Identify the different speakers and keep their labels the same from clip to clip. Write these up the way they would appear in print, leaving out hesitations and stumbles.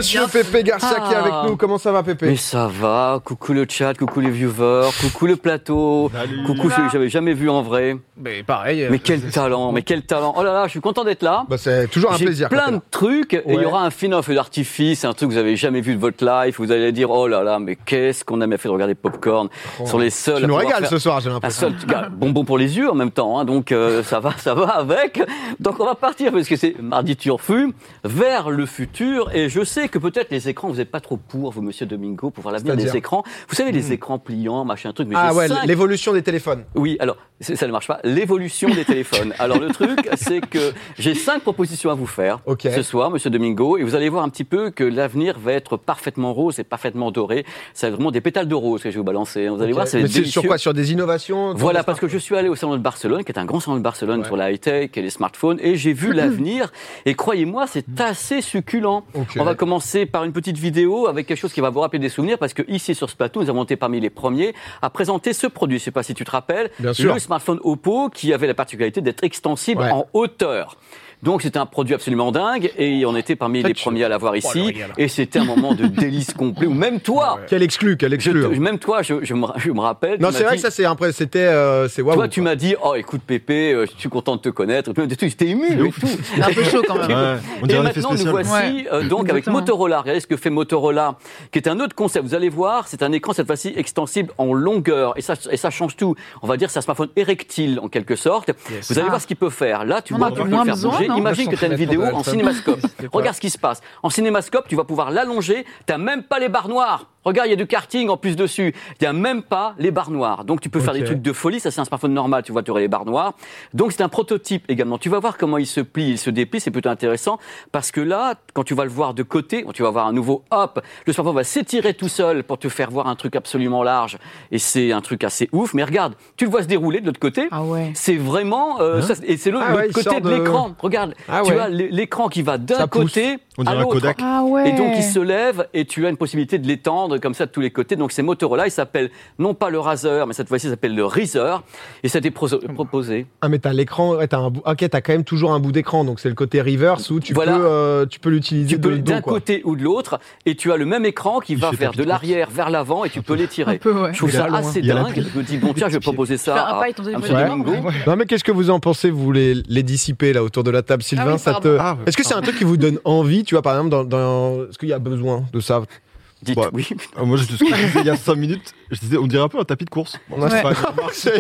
Speaker 1: Monsieur Pépé Garcia qui est avec nous. Comment ça va, Pépé?
Speaker 2: Mais ça va. Coucou le chat, coucou les viewers, coucou le plateau, coucou ceux que j'avais jamais vu en vrai.
Speaker 3: Mais pareil.
Speaker 2: Mais quel talent, mais quel talent. Oh là là, je suis content d'être là.
Speaker 1: Bah, c'est toujours un plaisir.
Speaker 2: J'ai plein de trucs et il y aura un film feu d'artifice, un truc que vous avez jamais vu de votre life. Vous allez dire oh là là, mais qu'est-ce qu'on a bien fait de regarder Popcorn. Sur les seuls.
Speaker 1: Tu nous régales ce soir, j'ai l'impression.
Speaker 2: Un seul bonbon pour les yeux en même temps, hein, donc ça va avec. Donc on va partir parce que c'est mardi turfu vers le futur et je sais que peut-être les écrans vous n'êtes pas trop pour vous, Monsieur Domingo, pour voir l'avenir des écrans. Vous savez les écrans pliants, machin truc. Mais
Speaker 1: l'évolution des téléphones.
Speaker 2: Oui, alors ça ne marche pas. L'évolution des téléphones. Alors le truc, c'est que j'ai 5 propositions à vous faire ce soir, Monsieur Domingo, et vous allez voir un petit peu que l'avenir va être parfaitement rose et parfaitement doré. C'est vraiment des pétales de rose que je vais vous balancer. Vous allez voir, c'est délicieux.
Speaker 1: Sur quoi? Sur des innovations?
Speaker 2: Voilà, parce que je suis allé au salon de Barcelone, qui est un grand salon de Barcelone sur la high-tech et les smartphones, et j'ai vu l'avenir. Et croyez-moi, c'est assez succulent. On va commencer par une petite vidéo avec quelque chose qui va vous rappeler des souvenirs, parce que ici sur ce plateau, nous avons été parmi les premiers à présenter ce produit. Je ne sais pas si tu te rappelles, le smartphone Oppo qui avait la particularité d'être extensible en hauteur. Donc c'était un produit absolument dingue et on était parmi les premiers à l'avoir ici et c'était un moment de délice complet. Ou même toi,
Speaker 1: quel exclu.
Speaker 2: Même toi, je me rappelle.
Speaker 1: Non, c'est vrai que ça c'est waouh.
Speaker 2: Toi, tu m'as dit, oh écoute Pépé, je suis content de te connaître. J'étais ému et tout.
Speaker 4: C'est un peu chaud quand même.
Speaker 2: Et maintenant nous voici donc avec Motorola. Regardez ce que fait Motorola, qui est un autre concept. Vous allez voir, c'est un écran cette fois-ci extensible en longueur et ça change tout. On va dire c'est un smartphone érectile en quelque sorte. Vous allez voir ce qu'il peut faire. Là, tu vois, tu peux le faire bouger. Imagine que tu as une vidéo en cinémascope. Regarde ce qui se passe. En cinémascope, tu vas pouvoir l'allonger. Tu n'as même pas les barres noires. Regarde, il y a du karting en plus dessus. Il n'y a même pas les barres noires. Donc, tu peux faire des trucs de folie. Ça, c'est un smartphone normal. Tu vois, tu aurais les barres noires. Donc, c'est un prototype également. Tu vas voir comment il se plie, il se déplie. C'est plutôt intéressant parce que là, quand tu vas le voir de côté, tu vas voir un nouveau hop. Le smartphone va s'étirer tout seul pour te faire voir un truc absolument large. Et c'est un truc assez ouf. Mais regarde, tu le vois se dérouler de l'autre côté.
Speaker 4: Ah ouais.
Speaker 2: C'est vraiment... et c'est l'autre côté de l'écran. Regarde, tu as l'écran qui va d'un côté à l'autre. Et donc, il se lève et tu as une possibilité de l'étendre comme ça de tous les côtés. Donc c'est Motorola, il s'appelle non pas le Razer, mais cette fois-ci il s'appelle le Razer. Et ça a été proposé.
Speaker 1: Ah mais t'as l'écran, t'as quand même toujours un bout d'écran, donc c'est le côté reverse où tu peux l'utiliser
Speaker 2: d'un côté ou de l'autre, et tu as le même écran qui va vers de l'arrière, vers l'avant, et tu peux l'étirer. Je trouve ça assez dingue. Je me dis bon tiens, je vais proposer ça à M. Domingo.
Speaker 1: Non mais qu'est-ce que vous en pensez, vous les dissiper là autour de la table, Sylvain? Est-ce que c'est un truc qui vous donne envie, tu vois, par exemple, est-ce qu'il y a besoin de ça?
Speaker 2: Dites oui.
Speaker 5: Moi, ce que je disais il y a 5 minutes, je disais, on dirait un peu un tapis de course.
Speaker 1: C'est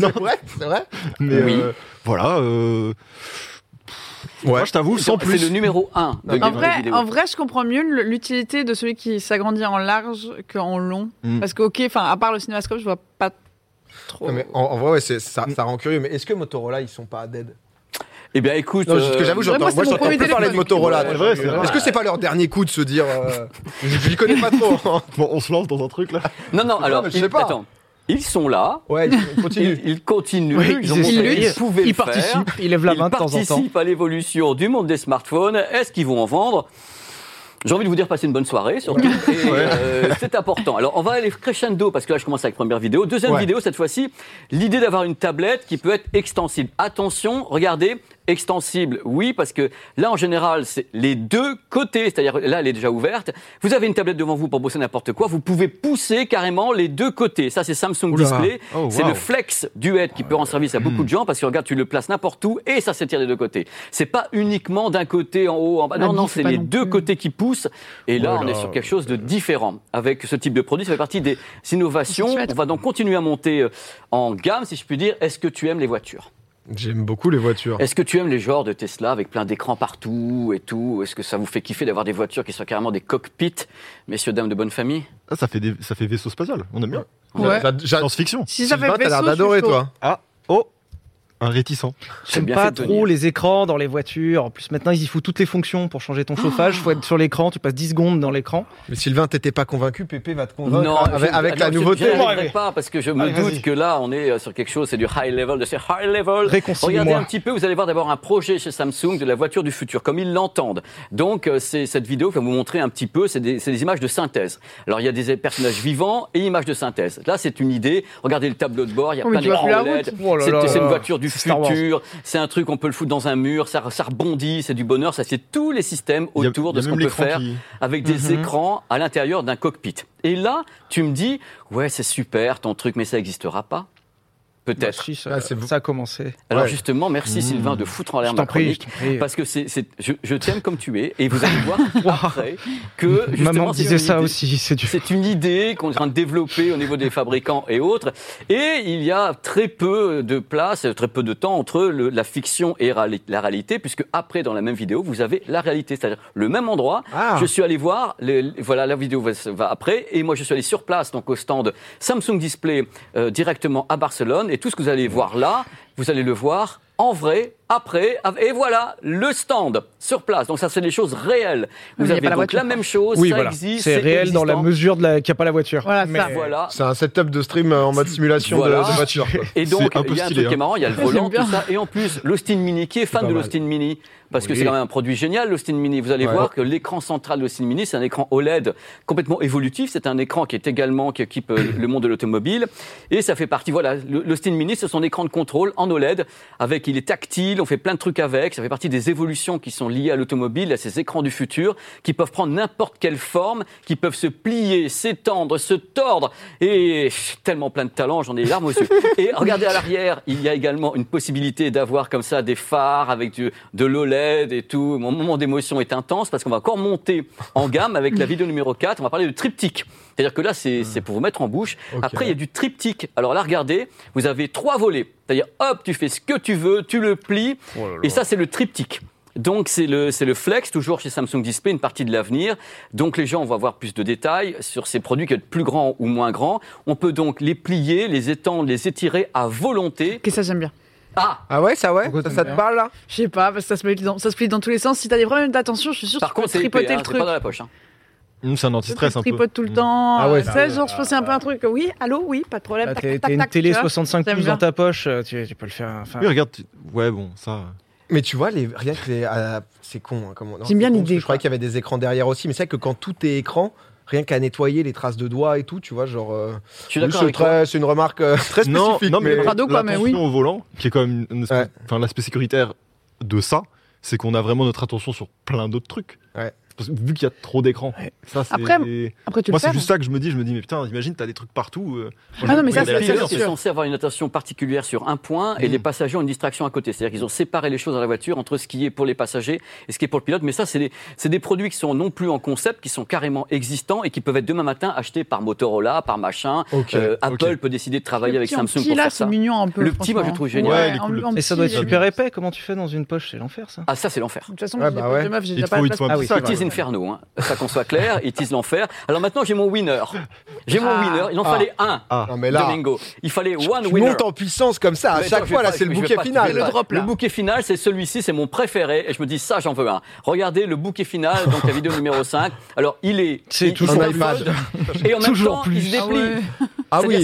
Speaker 1: vrai.
Speaker 5: Mais voilà. Moi, je t'avoue, sans plus.
Speaker 2: C'est le numéro 1.
Speaker 4: En vrai, je comprends mieux l'utilité de celui qui s'agrandit en large qu'en long. Parce que, à part le cinémascope, je vois pas trop.
Speaker 1: Non, mais en vrai, ça rend curieux. Mais est-ce que Motorola, ils sont pas dead?
Speaker 2: Eh bien, écoute,
Speaker 1: j'avoue, j'entends plus parler de Motorola. Est-ce que c'est pas leur dernier coup de se dire, je les connais pas trop.
Speaker 5: Bon, on se lance dans un truc là.
Speaker 2: Non, alors,
Speaker 1: je sais pas.
Speaker 2: Attends. Ils sont là.
Speaker 1: Ouais, ils continuent.
Speaker 2: Ils continuent.
Speaker 3: Oui,
Speaker 2: ils
Speaker 3: participent. Ils lèvent la main de temps en temps.
Speaker 2: Ils participent à l'évolution du monde des smartphones. Est-ce qu'ils vont en vendre? J'ai envie de vous dire passer une bonne soirée, surtout. C'est important. Alors, on va aller crescendo, parce que là, je commence avec la première vidéo. Deuxième vidéo, cette fois-ci, l'idée d'avoir une tablette qui peut être extensible. Attention, regardez, extensible, oui, parce que là, en général, c'est les deux côtés, c'est-à-dire là, elle est déjà ouverte. Vous avez une tablette devant vous pour bosser n'importe quoi, vous pouvez pousser carrément les deux côtés. Ça, c'est Samsung Display. C'est le Flex Duet qui peut rendre service à beaucoup de gens, parce que regarde, tu le places n'importe où et ça s'étire des deux côtés. C'est pas uniquement d'un côté en haut, en bas. Non, c'est les deux côtés qui poussent. Et là, on est sur quelque chose de différent. Avec ce type de produit, ça fait partie des innovations. On va donc continuer à monter en gamme, si je puis dire. Est-ce que tu aimes les voitures ?
Speaker 1: J'aime beaucoup les voitures.
Speaker 2: Est-ce que tu aimes les genres de Tesla avec plein d'écrans partout et tout? Est-ce que ça vous fait kiffer d'avoir des voitures qui soient carrément des cockpits, messieurs, dames de bonne famille?
Speaker 5: Ça fait vaisseau spatial, on aime bien.
Speaker 1: Science-fiction.
Speaker 4: Si ça fait vaisseau,
Speaker 1: t'as l'air d'adorer, toi.
Speaker 5: Un réticent.
Speaker 3: J'aime pas trop les écrans dans les voitures. En plus, maintenant, ils y foutent toutes les fonctions pour changer ton chauffage. Il faut être sur l'écran. Tu passes 10 secondes dans l'écran.
Speaker 1: Mais Sylvain, t'étais pas convaincu. Pépé va te convaincre avec la nouveauté.
Speaker 2: Je ne pas parce que je me doute que là, on est sur quelque chose, c'est du high level, de ces high level. Regardez un petit peu, vous allez voir d'abord un projet chez Samsung de la voiture du futur, comme ils l'entendent. Donc, cette vidéo va vous montrer un petit peu, c'est des images de synthèse. Alors, il y a des personnages vivants et images de synthèse. Là, c'est une idée. Regardez le tableau de bord, il y a plein d'écrans OLED. C'est une voiture du du futur, c'est un truc, on peut le foutre dans un mur, ça rebondit, c'est du bonheur, ça c'est tous les systèmes autour de ce qu'on peut faire avec des écrans à l'intérieur d'un cockpit. Et là, tu me dis, ouais, c'est super ton truc, mais ça n'existera pas. Peut-être.
Speaker 3: Ça a commencé.
Speaker 2: Alors justement, merci Sylvain de foutre en l'air ma chronique, parce que je t'aime comme tu es, et vous allez voir après que justement,
Speaker 3: maman disait ça aussi.
Speaker 2: C'est une idée qu'on est en train de développer au niveau des fabricants et autres, et il y a très peu de place, très peu de temps entre la fiction et la réalité, puisque après, dans la même vidéo, vous avez la réalité, c'est-à-dire le même endroit. Je suis allé voir, voilà, la vidéo va après, et moi je suis allé sur place, donc au stand Samsung Display directement à Barcelone. Et tout ce que vous allez voir là, vous allez le voir en vrai, après, et voilà, le stand sur place. Donc ça, c'est des choses réelles. Vous avez donc la même chose, ça existe.
Speaker 3: C'est réel dans la mesure qu'il n'y a pas la voiture.
Speaker 1: Voilà. C'est un setup de stream en mode simulation de voiture.
Speaker 2: Et donc, il y a un truc qui est marrant, il y a le volant, tout ça. Et en plus, l'Austin Mini, qui est fan de l'Austin Mini, parce que c'est quand même un produit génial, l'Austin Mini. Vous allez voir que l'écran central de l'Austin Mini, c'est un écran OLED complètement évolutif. C'est un écran qui équipe le monde de l'automobile. Et ça fait partie, voilà, l'Austin Mini, c'est son écran de contrôle en OLED, il est tactile, on fait plein de trucs avec. Ça fait partie des évolutions qui sont liées à l'automobile, à ces écrans du futur, qui peuvent prendre n'importe quelle forme, qui peuvent se plier, s'étendre, se tordre. Et tellement plein de talent, j'en ai les larmes aux yeux. Et regardez à l'arrière, il y a également une possibilité d'avoir comme ça des phares avec de l'OLED et tout. Mon moment d'émotion est intense parce qu'on va encore monter en gamme avec la vidéo numéro 4. On va parler de triptyque. C'est-à-dire que là, c'est pour vous mettre en bouche. Okay. Après, il y a du triptyque. Alors là, regardez, vous avez 3 volets. C'est-à-dire, hop, tu fais ce que tu veux, tu le plies. Et ça, c'est le triptyque. Donc, c'est le Flex, toujours chez Samsung Display, une partie de l'avenir. Donc, les gens vont avoir plus de détails sur ces produits qui sont plus grands ou moins grands. On peut donc les plier, les étendre, les étirer à volonté.
Speaker 4: Que ça, j'aime bien.
Speaker 1: Ah ouais, ça te parle là?
Speaker 4: Je sais pas, parce que ça se plie dans tous les sens. Si t'as des problèmes d'attention, je suis sûre que tu peux tripoter le truc.
Speaker 2: C'est pas dans la poche.
Speaker 5: C'est un anti-stress un peu.
Speaker 4: Tu tripotes tout le temps.
Speaker 1: Ah ouais,
Speaker 4: genre, je pensais un peu un truc. Oui, allô, oui, pas de problème.
Speaker 3: T'as une télé 65 pouces dans ta poche, tu peux le faire.
Speaker 5: Oui, regarde, ouais, bon, ça.
Speaker 1: Mais tu vois, rien que c'est con.
Speaker 4: J'aime bien l'idée.
Speaker 1: Je croyais qu'il y avait des écrans derrière aussi, mais c'est vrai que quand tout est écran, rien qu'à nettoyer les traces de doigts et tout, tu vois, genre.
Speaker 2: Je suis d'accord avec toi.
Speaker 1: C'est une remarque très spécifique.
Speaker 5: Non, mais
Speaker 4: l'attention
Speaker 5: au volant, qui est quand même l'aspect sécuritaire de ça, c'est qu'on a vraiment notre attention sur plein d'autres trucs.
Speaker 1: Ouais.
Speaker 5: Parce que vu qu'il y a trop d'écrans. Ça,
Speaker 4: après, moi,
Speaker 5: c'est juste ça que je me dis, mais putain, imagine, t'as des trucs partout.
Speaker 4: Non, mais ça,
Speaker 2: c'est censé avoir une attention particulière sur un point et les passagers ont une distraction à côté. C'est-à-dire qu'ils ont séparé les choses dans la voiture entre ce qui est pour les passagers et ce qui est pour le pilote. Mais ça, c'est des produits qui sont non plus en concept, qui sont carrément existants et qui peuvent être demain matin achetés par Motorola, par machin. Apple peut décider de travailler avec Samsung pour faire ça.
Speaker 4: C'est mignon un peu.
Speaker 2: Le petit, moi, je trouve génial.
Speaker 3: Et ça doit être super épais. Comment tu fais dans une poche? C'est l'enfer, ça.
Speaker 2: Ah, ça, c'est l'enfer.
Speaker 4: De toute façon, j'ai déjà pas
Speaker 5: de place.
Speaker 2: Inferno, hein. Ça qu'on soit clair, it is l'enfer. Alors maintenant, j'ai mon winner. Il en fallait un.
Speaker 1: Non, mais là,
Speaker 2: Domingo. Il fallait one
Speaker 1: tu
Speaker 2: winner.
Speaker 1: montes en puissance comme ça. À chaque fois, là, c'est le bouquet final.
Speaker 2: Le bouquet final, c'est celui-ci, c'est mon préféré. Et je me dis, ça, j'en veux un. Regardez le bouquet final, donc la vidéo numéro 5. Alors,
Speaker 3: c'est toujours
Speaker 1: un iPad.
Speaker 2: Et en même temps, il se déplie.
Speaker 1: Ah oui,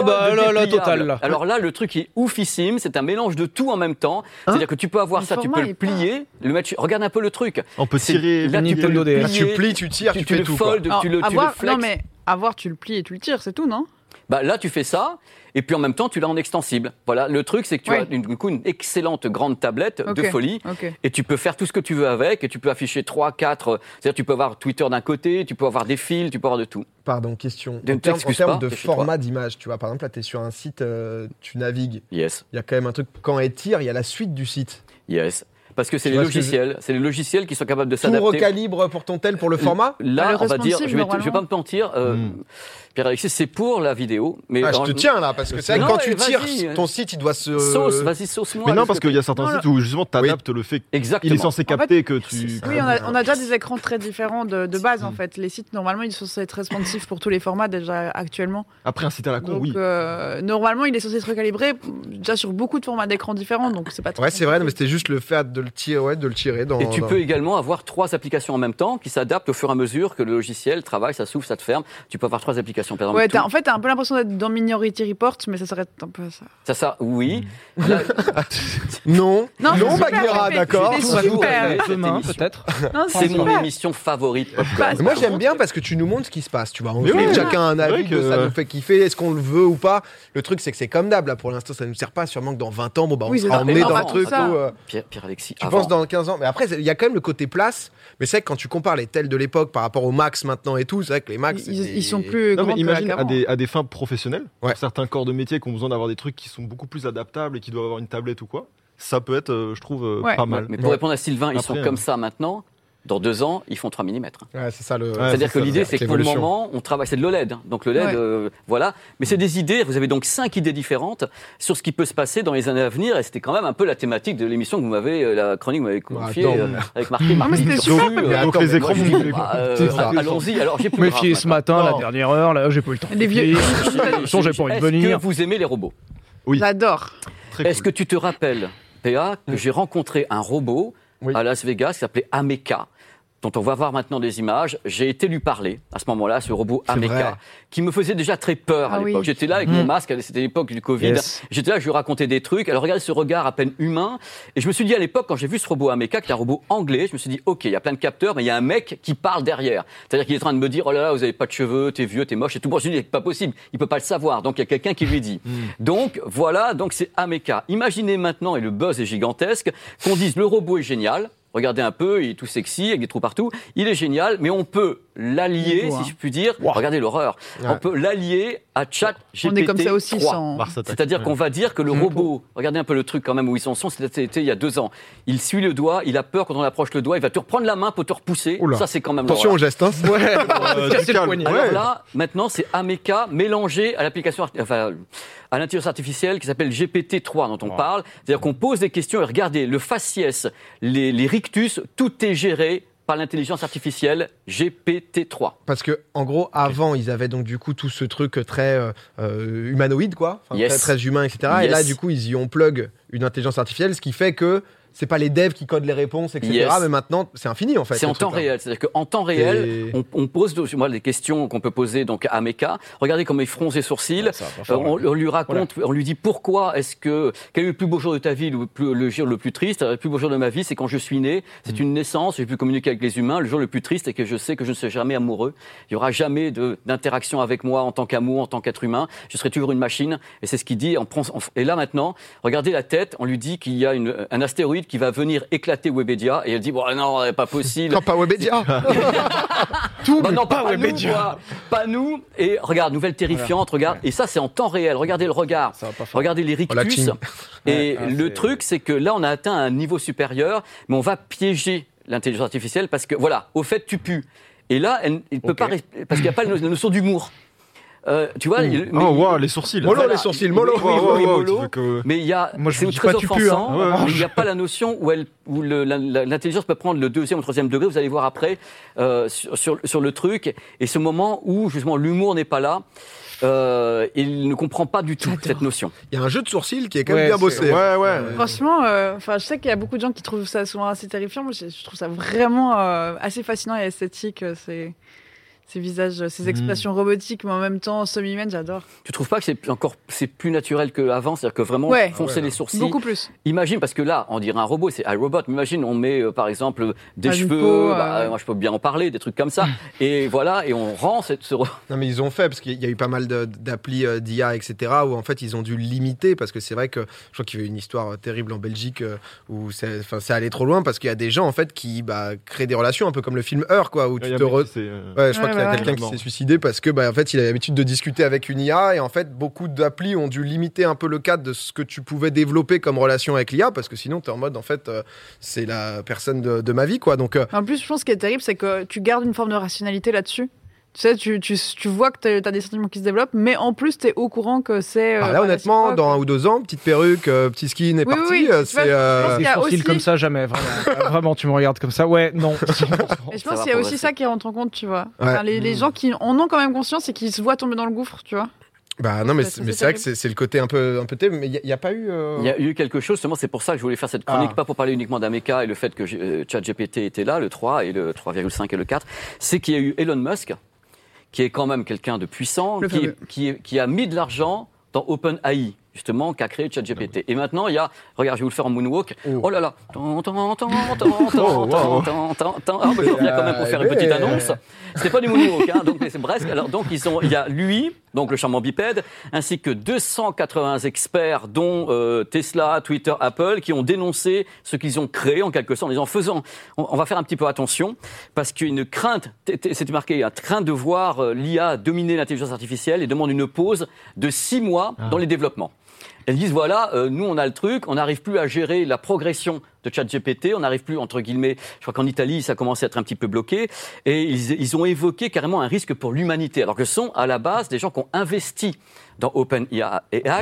Speaker 3: là, total. Là.
Speaker 2: Alors là, le truc est oufissime. C'est un mélange de tout en même temps. C'est-à-dire que tu peux avoir ça, tu peux le plier, le mettre. Regarde un peu le truc.
Speaker 5: On peut tirer.
Speaker 2: Là, tu peux le plier.
Speaker 1: Tu plies, tu tires, tu fais tout.
Speaker 2: Tu le flex.
Speaker 4: Non, mais avoir, tu le plies et tu le tires, c'est tout, non?
Speaker 2: Là, tu fais ça, et puis en même temps, tu l'as en extensible. Voilà, le truc, c'est que tu as une excellente grande tablette de folie, et tu peux faire tout ce que tu veux avec, et tu peux afficher 3, 4, c'est-à-dire tu peux avoir Twitter d'un côté, tu peux avoir des fils, tu peux avoir de tout.
Speaker 1: Pardon, question. En termes de format d'image, tu vois, par exemple, là, tu es sur un site, tu navigues.
Speaker 2: Yes.
Speaker 1: Il y a quand même un truc, quand elle tire, il y a la suite du site.
Speaker 2: Yes. Parce que c'est les logiciels qui sont capables de s'adapter.
Speaker 1: Tout recalibre pour pour le format.
Speaker 2: Là, on va dire, je vais pas me mentir, Pierre-Alexis, c'est pour la vidéo. Mais
Speaker 1: je te tiens là, parce que c'est vrai que quand tu tires, ton site, il doit se...
Speaker 2: Sauce-moi.
Speaker 5: Mais non, parce qu'il y a certains sites où justement tu adaptes le fait qu'il est censé capter que tu...
Speaker 4: Oui, on a déjà des écrans très différents de base, en fait. Les sites, normalement, ils sont censés être responsifs pour tous les formats, déjà, actuellement.
Speaker 5: Après, un site à la con, oui.
Speaker 4: Normalement, il est censé être recalibré, déjà sur beaucoup de formats d'écran différents, donc c'est pas très...
Speaker 1: Ouais, c'est vrai, mais c'était juste le fait de le tirer dans.
Speaker 2: Et tu peux également avoir 3 applications en même temps qui s'adaptent au fur et à mesure que le logiciel travaille, ça s'ouvre, ça te ferme. Tu peux avoir 3 applications. Par exemple,
Speaker 4: en fait, t'as un peu l'impression d'être dans Minority Report, mais ça s'arrête un peu à ça.
Speaker 2: Ça, oui. Là,
Speaker 1: non,
Speaker 4: c'est
Speaker 1: Bagheera, d'accord.
Speaker 4: C'est super.
Speaker 3: Demain, peut-être.
Speaker 2: C'est mon émission favorite.
Speaker 1: Moi, j'aime bien parce que tu nous montres ce qui se passe. Tu vois, on fait chacun un avis, ça nous fait kiffer. Est-ce qu'on le veut ou pas? Le truc, c'est que c'est comme d'hab. Là, pour l'instant, ça nous sert pas. Sûrement que dans 20 ans, on sera emmené dans un truc.
Speaker 2: Pierre-Alexis.
Speaker 1: Tu penses dans 15 ans. Mais après, il y a quand même le côté place. Mais c'est vrai que quand tu compares les tels de l'époque par rapport aux Max maintenant et tout, c'est vrai que les Max.
Speaker 4: Ils sont plus.
Speaker 5: Non, mais imagine
Speaker 4: qu'avant.
Speaker 5: à des fins professionnelles, certains corps de métier qui ont besoin d'avoir des trucs qui sont beaucoup plus adaptables et qui doivent avoir une tablette ou quoi. Ça peut être, je trouve, pas mal.
Speaker 2: Mais pour répondre à Sylvain, ils sont comme ça maintenant. Dans 2 ans, ils font 3 mm.
Speaker 1: Ouais, c'est ça le.
Speaker 2: C'est-à-dire que l'idée, c'est que pour le moment, on travaille. C'est de l'OLED. Donc le LED, voilà. Mais c'est des idées. Vous avez donc 5 idées différentes sur ce qui peut se passer dans les années à venir. Et c'était quand même un peu la thématique de l'émission que vous m'avez, la chronique que vous m'avez confiée avec Marc.
Speaker 4: Mais c'était super.
Speaker 5: Donc les écrans,
Speaker 2: allons-y. Alors j'ai plus.
Speaker 3: Me fier ce matin, à la dernière heure, là, j'ai pas eu le temps.
Speaker 4: Les vieux.
Speaker 3: J'ai pas envie de venir.
Speaker 2: Est-ce que vous aimez les robots?
Speaker 5: Oui.
Speaker 4: J'adore.
Speaker 2: Est-ce que tu te rappelles, PA, que j'ai rencontré un robot à Las Vegas qui s'appelait Ameca, dont on va voir maintenant des images. J'ai été lui parler à ce moment-là, ce robot Ameca, qui me faisait déjà très peur à l'époque. Oui. J'étais là avec mon masque, c'était l'époque du Covid. Yes. J'étais là, je lui racontais des trucs. Alors regardez ce regard à peine humain. Et je me suis dit à l'époque, quand j'ai vu ce robot Ameca, qui est un robot anglais, je me suis dit, ok, il y a plein de capteurs, mais il y a un mec qui parle derrière. C'est-à-dire qu'il est en train de me dire, oh là là, vous avez pas de cheveux, t'es vieux, t'es moche et tout. Bon, je lui dis, c'est pas possible, il peut pas le savoir. Donc il y a quelqu'un qui lui dit. Donc voilà, donc c'est Ameca. Imaginez maintenant, et le buzz est gigantesque, qu'on dise le robot est génial. Regardez un peu, il est tout sexy, avec des trous partout. Il est génial, mais on peut l'allier, si je puis dire. Regardez l'horreur. On peut l'allier à ChatGPT 3.
Speaker 4: On est comme ça aussi
Speaker 2: C'est-à-dire qu'on va dire que le robot, regardez un peu le truc quand même où ils sont, c'était il y a 2 ans. Il suit le doigt, il a peur quand on approche le doigt, il va te reprendre la main pour te repousser. Ça, c'est quand même
Speaker 1: attention au geste, hein.
Speaker 2: Alors là, maintenant, c'est Ameca mélangé à l'application, à l'intelligence artificielle qui s'appelle GPT-3 dont on parle. C'est-à-dire qu'on pose des questions et regardez, le faciès, les rictus, tout est géré par l'intelligence artificielle GPT-3.
Speaker 1: Parce que en gros, avant, ils avaient donc du coup tout ce truc très humanoïde, quoi, très humain, etc. Et là, du coup, ils y ont plug une intelligence artificielle, ce qui fait que c'est pas les devs qui codent les réponses, etc. Mais maintenant, c'est infini en fait.
Speaker 2: C'est en temps réel. C'est-à-dire qu'en temps réel, on pose des questions qu'on peut poser donc à Ameca. Regardez comment il fronce les sourcils. On lui raconte, on lui dit pourquoi quel est le plus beau jour de ta vie, le jour le plus triste. Le plus beau jour de ma vie, c'est quand je suis né. C'est une naissance. J'ai pu communiquer avec les humains. Le jour le plus triste, c'est que je sais que je ne serai jamais amoureux. Il y aura jamais d'interaction avec moi en tant qu'amour, en tant qu'être humain. Je serai toujours une machine. Et c'est ce qu'il dit. Et là maintenant, regardez la tête. On lui dit qu'il y a un astéroïde qui va venir éclater Webedia et elle dit bon non, pas possible.
Speaker 1: Non, pas Webedia.
Speaker 2: Non, pas Webedia. Pas nous. Et regarde, nouvelle terrifiante, regarde. Et ça, c'est en temps réel. Regardez le regard. Regardez les rictus. Et le truc, c'est que là, on a atteint un niveau supérieur, mais on va piéger l'intelligence artificielle parce que voilà, au fait, tu pues. Et là, il peut pas parce qu'il n'y a pas la notion d'our. Tu vois,
Speaker 5: les sourcils.
Speaker 1: Mollo, les sourcils, mollo.
Speaker 2: Mais il y a, c'est très offensant. Il n'y a pas la notion où l'intelligence peut prendre le 2e ou 3e degré. Vous allez voir après sur le truc. Et ce moment où justement l'humour n'est pas là. Il ne comprend pas du tout cette notion.
Speaker 1: Il y a un jeu de sourcils qui est quand même bien bossé.
Speaker 4: Franchement, je sais qu'il y a beaucoup de gens qui trouvent ça souvent assez terrifiant. Moi, je trouve ça vraiment assez fascinant et esthétique. Ces visages, ces expressions robotiques, mais en même temps semi-humaines, j'adore.
Speaker 2: Tu trouves pas que c'est plus naturel qu'avant, c'est-à-dire que vraiment foncer les sourcils.
Speaker 4: Beaucoup plus.
Speaker 2: Imagine, parce que là, on dirait un robot, c'est iRobot. Mais imagine, on met par exemple des cheveux, moi je peux bien en parler, des trucs comme ça. Et voilà, et on rend ce robot.
Speaker 1: Non mais ils ont fait parce qu'il y a eu pas mal d'applis d'IA, etc. où en fait ils ont dû limiter parce que c'est vrai que je crois qu'il y a eu une histoire terrible en Belgique où c'est allé trop loin parce qu'il y a des gens en fait qui créent des relations un peu comme le film Her, quoi, où tu te je crois qu'il y a quelqu'un qui s'est suicidé parce que en fait il avait l'habitude de discuter avec une IA et en fait beaucoup d'applis ont dû limiter un peu le cadre de ce que tu pouvais développer comme relation avec l'IA parce que sinon t'es en mode en fait c'est la personne de ma vie, quoi. Donc
Speaker 4: en plus je pense ce qui est terrible c'est que tu gardes une forme de rationalité là-dessus. Tu sais, tu vois que t'as des sentiments qui se développent, mais en plus, t'es au courant que c'est...
Speaker 1: là, honnêtement, dans 1 ou 2 ans, petite perruque, petit skin et parti, c'est...
Speaker 3: Des sourcils comme ça, jamais, vraiment. Vraiment, tu me regardes comme ça, ouais, non.
Speaker 4: Et je pense qu'il y a aussi ça qui rentre en compte, tu vois. Enfin, les gens qui en ont quand même conscience et qui se voient tomber dans le gouffre, tu vois.
Speaker 1: Bah non, mais c'est vrai que c'est le côté un peu terrible, mais il n'y a pas eu...
Speaker 2: Il y a eu quelque chose, justement, c'est pour ça que je voulais faire cette chronique, pas pour parler uniquement d'Ameca et le fait que ChatGPT était là, le 3 et le 3,5 et le 4, c'est qu'il y a eu Elon Musk, qui est quand même quelqu'un de puissant, qui a mis de l'argent dans OpenAI, justement, qu'a créé ChatGPT. Et maintenant, il y a... Regarde, je vais vous le faire en moonwalk. Oh là là. Ah, mais je reviens quand même pour faire une petite annonce. C'était pas du moonwalk, hein, donc c'est presque. Alors, donc, il y a lui, donc le charmant bipède, ainsi que 280 experts, dont Tesla, Twitter, Apple, qui ont dénoncé ce qu'ils ont créé, en quelque sorte, en disant, on va faire un petit peu attention, parce qu'il y a une crainte, c'était marqué, une crainte de voir l'IA dominer l'intelligence artificielle et demande une pause de 6 mois dans les développements. Elles disent, voilà, nous, on a le truc, on n'arrive plus à gérer la progression de ChatGPT, on n'arrive plus, entre guillemets, je crois qu'en Italie, ça commençait à être un petit peu bloqué, et ils ont évoqué carrément un risque pour l'humanité, alors que ce sont, à la base, des gens qui ont investi dans OpenAI,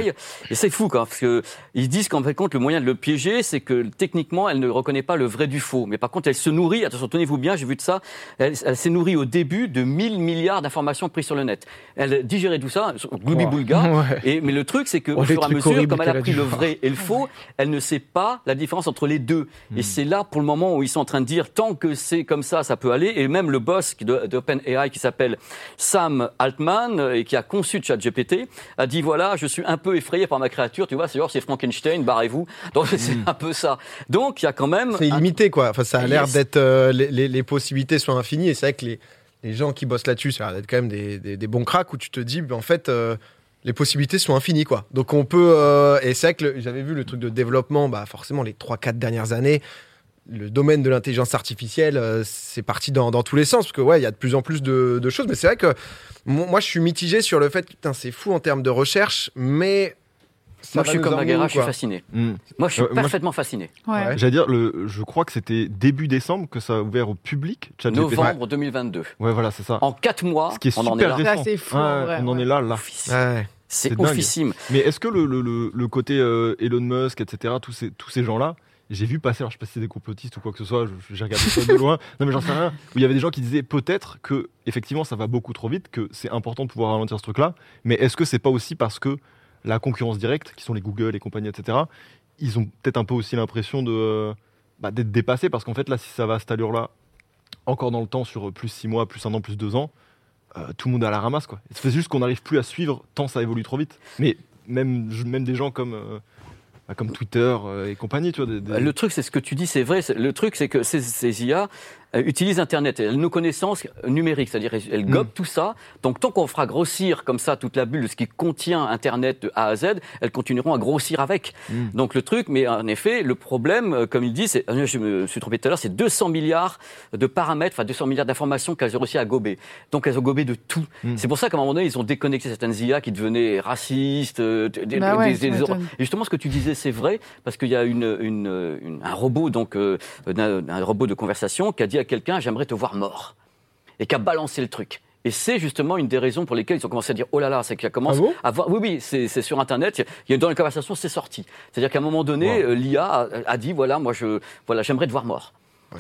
Speaker 2: et c'est fou, quoi, parce que ils disent qu'en fait, le moyen de le piéger, c'est que, techniquement, elle ne reconnaît pas le vrai du faux, mais par contre, elle se nourrit, attention, tenez-vous bien, j'ai vu de ça, elle s'est nourrie au début de 1000 milliards d'informations prises sur le net. Elle digérait tout ça, gloubi-boulga, mais le truc, c'est qu'au fur et à mesure, comme elle a pris le vrai et le faux, elle ne sait pas la différence entre les deux. Et c'est là, pour le moment, où ils sont en train de dire, tant que c'est comme ça ça peut aller. Et même le boss d'OpenAI, qui s'appelle Sam Altman, et qui a conçu ChatGPT, a dit, voilà, je suis un peu effrayé par ma créature, tu vois, c'est Frankenstein, barrez-vous. Donc, c'est un peu ça. Donc, il y a quand même...
Speaker 1: C'est illimité, quoi. Enfin, ça a l'air d'être... les possibilités sont infinies. Et c'est vrai que les gens qui bossent là-dessus, ça a l'air d'être quand même des bons cracks, où tu te dis, en fait... les possibilités sont infinies, quoi. Donc on peut... et c'est vrai que j'avais vu le truc de développement, forcément les 3-4 dernières années, le domaine de l'intelligence artificielle, c'est parti dans tous les sens, parce que il y a de plus en plus de choses, mais c'est vrai que moi je suis mitigé sur le fait que c'est fou en termes de recherche, mais...
Speaker 2: Moi, je suis comme Maguera, je suis fasciné. Moi, je suis parfaitement fasciné.
Speaker 5: Ouais. J'allais dire, je crois que c'était début décembre que ça a ouvert au public.
Speaker 2: Novembre 2022.
Speaker 5: Ouais, voilà, c'est ça.
Speaker 2: En 4 mois,
Speaker 5: ce qui est
Speaker 2: on en est là.
Speaker 5: Récent.
Speaker 4: C'est fou,
Speaker 5: on en est là.
Speaker 2: C'est oufissime.
Speaker 5: Mais est-ce que le côté Elon Musk, etc., tous ces gens-là, j'ai vu passer, alors je sais pas si c'est des complotistes ou quoi que ce soit, j'ai regardé ça de loin, non mais j'en sais rien, où il y avait des gens qui disaient peut-être que effectivement ça va beaucoup trop vite, que c'est important de pouvoir ralentir ce truc-là, mais est-ce que c'est pas aussi parce que la concurrence directe, qui sont les Google et compagnie, etc., ils ont peut-être un peu aussi l'impression d'être dépassés, parce qu'en fait, là, si ça va à cette allure-là, encore dans le temps, sur plus 6 mois, plus 1 an, plus 2 ans, tout le monde est à la ramasse, quoi. C'est juste qu'on n'arrive plus à suivre, tant ça évolue trop vite. Mais même des gens comme Twitter et compagnie, tu vois.
Speaker 2: Le truc, c'est ce que tu dis, c'est vrai. Le truc, c'est que ces IA utilisent Internet, nos connaissances numériques, c'est-à-dire elles gobent tout ça. Donc tant qu'on fera grossir comme ça toute la bulle de ce qui contient Internet de A à Z, elles continueront à grossir avec. Donc le truc, mais en effet, le problème, comme il dit, je me suis trompé tout à l'heure, c'est 200 milliards de paramètres, 200 milliards d'informations qu'elles ont réussi à gober. Donc elles ont gobé de tout. C'est pour ça qu'à un moment donné, ils ont déconnecté certaines IA qui devenaient racistes. Et justement, ce que tu disais, c'est vrai, parce qu'il y a un robot, un robot de conversation qui a dit à quelqu'un, j'aimerais te voir mort, et qui a balancé le truc. Et c'est justement une des raisons pour lesquelles ils ont commencé à dire, oh là là, c'est qu'il commence à voir. Oui, c'est sur Internet. Il y a dans les conversations, c'est sorti. C'est-à-dire qu'à un moment donné, l'IA a dit, j'aimerais te voir mort.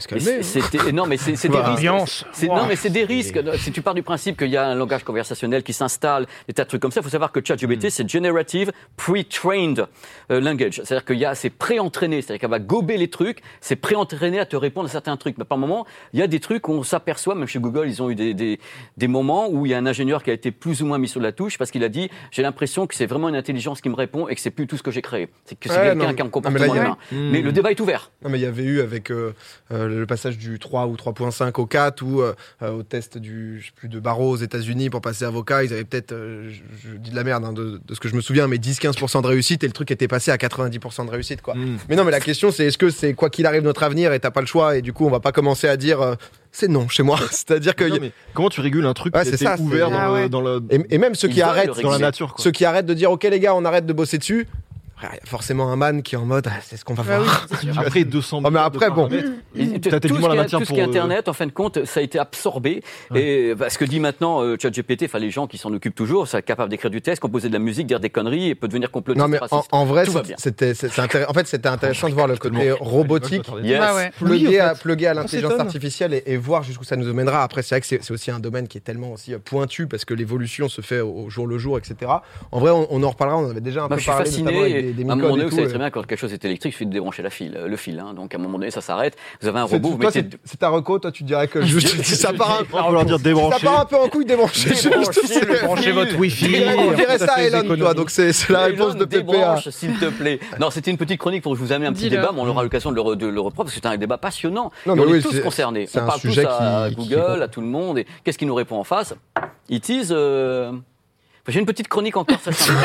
Speaker 2: Non, mais c'est des risques. Non, mais c'est des risques. Si tu pars du principe qu'il y a un langage conversationnel qui s'installe, des tas de trucs comme ça, il faut savoir que ChatGPT, c'est Generative Pre-Trained Language. C'est-à-dire c'est pré-entraîné. C'est-à-dire qu'elle va gober les trucs, c'est pré-entraîné à te répondre à certains trucs. Mais par moment, il y a des trucs où on s'aperçoit, même chez Google, ils ont eu des moments où il y a un ingénieur qui a été plus ou moins mis sur la touche parce qu'il a dit, j'ai l'impression que c'est vraiment une intelligence qui me répond et que c'est plus tout ce que j'ai créé. C'est que c'est quelqu'un qui a un comportement humain. Mais le débat est ouvert.
Speaker 1: Non, mais il y avait eu avec le passage du 3 ou 3.5 au 4 ou au test de barreau aux États-Unis pour passer avocat, ils avaient peut-être, je dis de la merde de ce que je me souviens, mais 10-15% de réussite et le truc était passé à 90% de réussite, quoi. Mais non, mais la question c'est est-ce que c'est quoi qu'il arrive notre avenir et t'as pas le choix et du coup on va pas commencer à dire c'est non chez moi. C'est-à-dire que
Speaker 5: comment tu régules un truc qui est ouvert dans le
Speaker 1: et même ceux qui arrêtent
Speaker 5: dans la nature, quoi.
Speaker 1: Ceux qui arrêtent de dire ok les gars on arrête de bosser dessus. il y a forcément un man qui est en mode, c'est ce qu'on va
Speaker 4: Bah
Speaker 1: voir.
Speaker 4: oui, c'est sûr.
Speaker 5: Après 200
Speaker 1: mais après, bon.
Speaker 5: T'as du mal à maintenir
Speaker 2: tout ce
Speaker 5: pour,
Speaker 2: qui est Internet, en fin de compte, ça a été absorbé. Et ce que dit maintenant ChatGPT, enfin les gens qui s'en occupent toujours, c'est capable d'écrire du texte, composer de la musique, dire des conneries et peut devenir complotiste.
Speaker 1: Non, mais
Speaker 2: raciste.
Speaker 1: en vrai,
Speaker 2: Tout va bien.
Speaker 1: c'était intéressant de voir le côté robotique.
Speaker 2: Yes.
Speaker 4: Bah ouais.
Speaker 1: Plugué
Speaker 3: Oui, en fait.
Speaker 1: à l'intelligence
Speaker 3: s'étonne.
Speaker 1: artificielle et voir jusqu'où ça nous emmènera. Après, c'est vrai que c'est aussi un domaine qui est tellement aussi pointu parce que l'évolution se fait au jour le jour, etc. En vrai, on en reparlera. On avait déjà un
Speaker 2: Moi,
Speaker 1: peu
Speaker 2: je suis
Speaker 1: parlé notamment avec
Speaker 2: fasciné.
Speaker 1: des
Speaker 2: À un moment donné,
Speaker 1: Micodes et
Speaker 2: vous
Speaker 1: tout,
Speaker 2: savez très bien quand quelque chose est électrique, il suffit de débrancher le fil. Hein. Donc à un moment donné, ça s'arrête. Vous avez un robot, vous
Speaker 1: Toi,
Speaker 2: mettez.
Speaker 1: c'est ta reco. Toi, tu dirais que si ça part
Speaker 5: On va leur dire
Speaker 1: ça
Speaker 5: débrancher.
Speaker 1: part un peu en couille, débrancher.
Speaker 3: Branchez votre Wi-Fi.
Speaker 1: On dirait ça à Elon, toi. Donc c'est la
Speaker 2: Elon,
Speaker 1: réponse de PPA.
Speaker 2: débranche, s'il te plaît. Non, c'était une petite chronique pour que je vous amène un petit
Speaker 4: Dis-le.
Speaker 2: débat, mais on aura l'occasion de le reprendre parce que c'est un débat passionnant.
Speaker 1: Non,
Speaker 2: Et
Speaker 1: mais
Speaker 2: on
Speaker 1: oui,
Speaker 2: est tous
Speaker 1: c'est-
Speaker 2: concernés.
Speaker 1: c'est
Speaker 2: On
Speaker 1: un
Speaker 2: parle tous
Speaker 1: sujet
Speaker 2: à
Speaker 1: qui-
Speaker 2: Google, à tout le monde. Et qu'est-ce qui nous répond en face? It is. J'ai une petite chronique encore très sympa.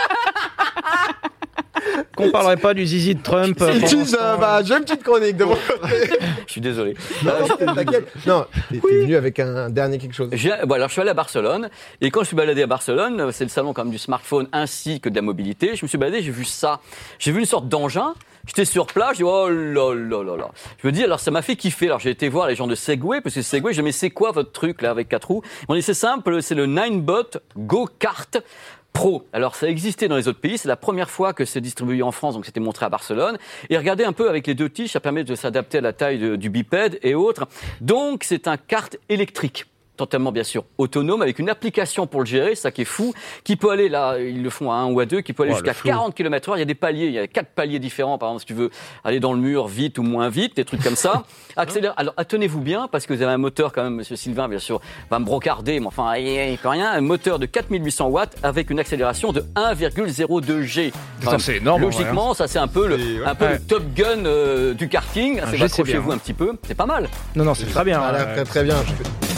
Speaker 3: Qu'on parlerait pas du zizi de Trump.
Speaker 1: Ils
Speaker 3: pendant
Speaker 1: disent,
Speaker 3: ce temps.
Speaker 1: j'ai une petite chronique de mon côté.
Speaker 2: Je suis désolé.
Speaker 1: T'inquiète. Non, t'es venu avec un dernier quelque chose.
Speaker 2: Alors, je suis allé à Barcelone, et quand je suis baladé à Barcelone, c'est le salon quand même du smartphone ainsi que de la mobilité, je me suis baladé, j'ai vu ça. J'ai vu une sorte d'engin, j'étais sur place, je dis oh là là là là. Je me dis, alors ça m'a fait kiffer, alors j'ai été voir les gens de Segway, parce que Segway, je dis mais c'est quoi votre truc là avec 4 roues? Ils m'ont dit c'est simple, c'est le Ninebot Go-Kart Pro. Alors ça existait dans les autres pays, c'est la première fois que c'est distribué en France, donc c'était montré à Barcelone. Et regardez un peu avec les 2 tiges, ça permet de s'adapter à la taille du bipède et autres. Donc c'est un kart électrique. Totalement, bien sûr, autonome, avec une application pour le gérer, c'est ça qui est fou, qui peut aller, là, ils le font à 1 ou à 2, qui peut aller jusqu'à 40 km/h. Il y a des paliers, il y a 4 paliers différents, par exemple, si tu veux aller dans le mur vite ou moins vite, des trucs comme ça. Accélère. Alors, attenez-vous bien, parce que vous avez un moteur, quand même, monsieur Sylvain, bien sûr, va me brocarder, mais enfin, il peut rien. Un moteur de 4800 watts avec une accélération de 1,02 G.
Speaker 3: Putain, c'est énorme,
Speaker 2: Logiquement, ça, c'est un peu le Top Gun du karting.
Speaker 3: G, c'est
Speaker 2: Accrochez-vous
Speaker 3: bien.
Speaker 2: un petit peu. C'est pas mal.
Speaker 3: Non, c'est très bien.
Speaker 1: Ça a l'air
Speaker 3: hein.
Speaker 1: très très bien.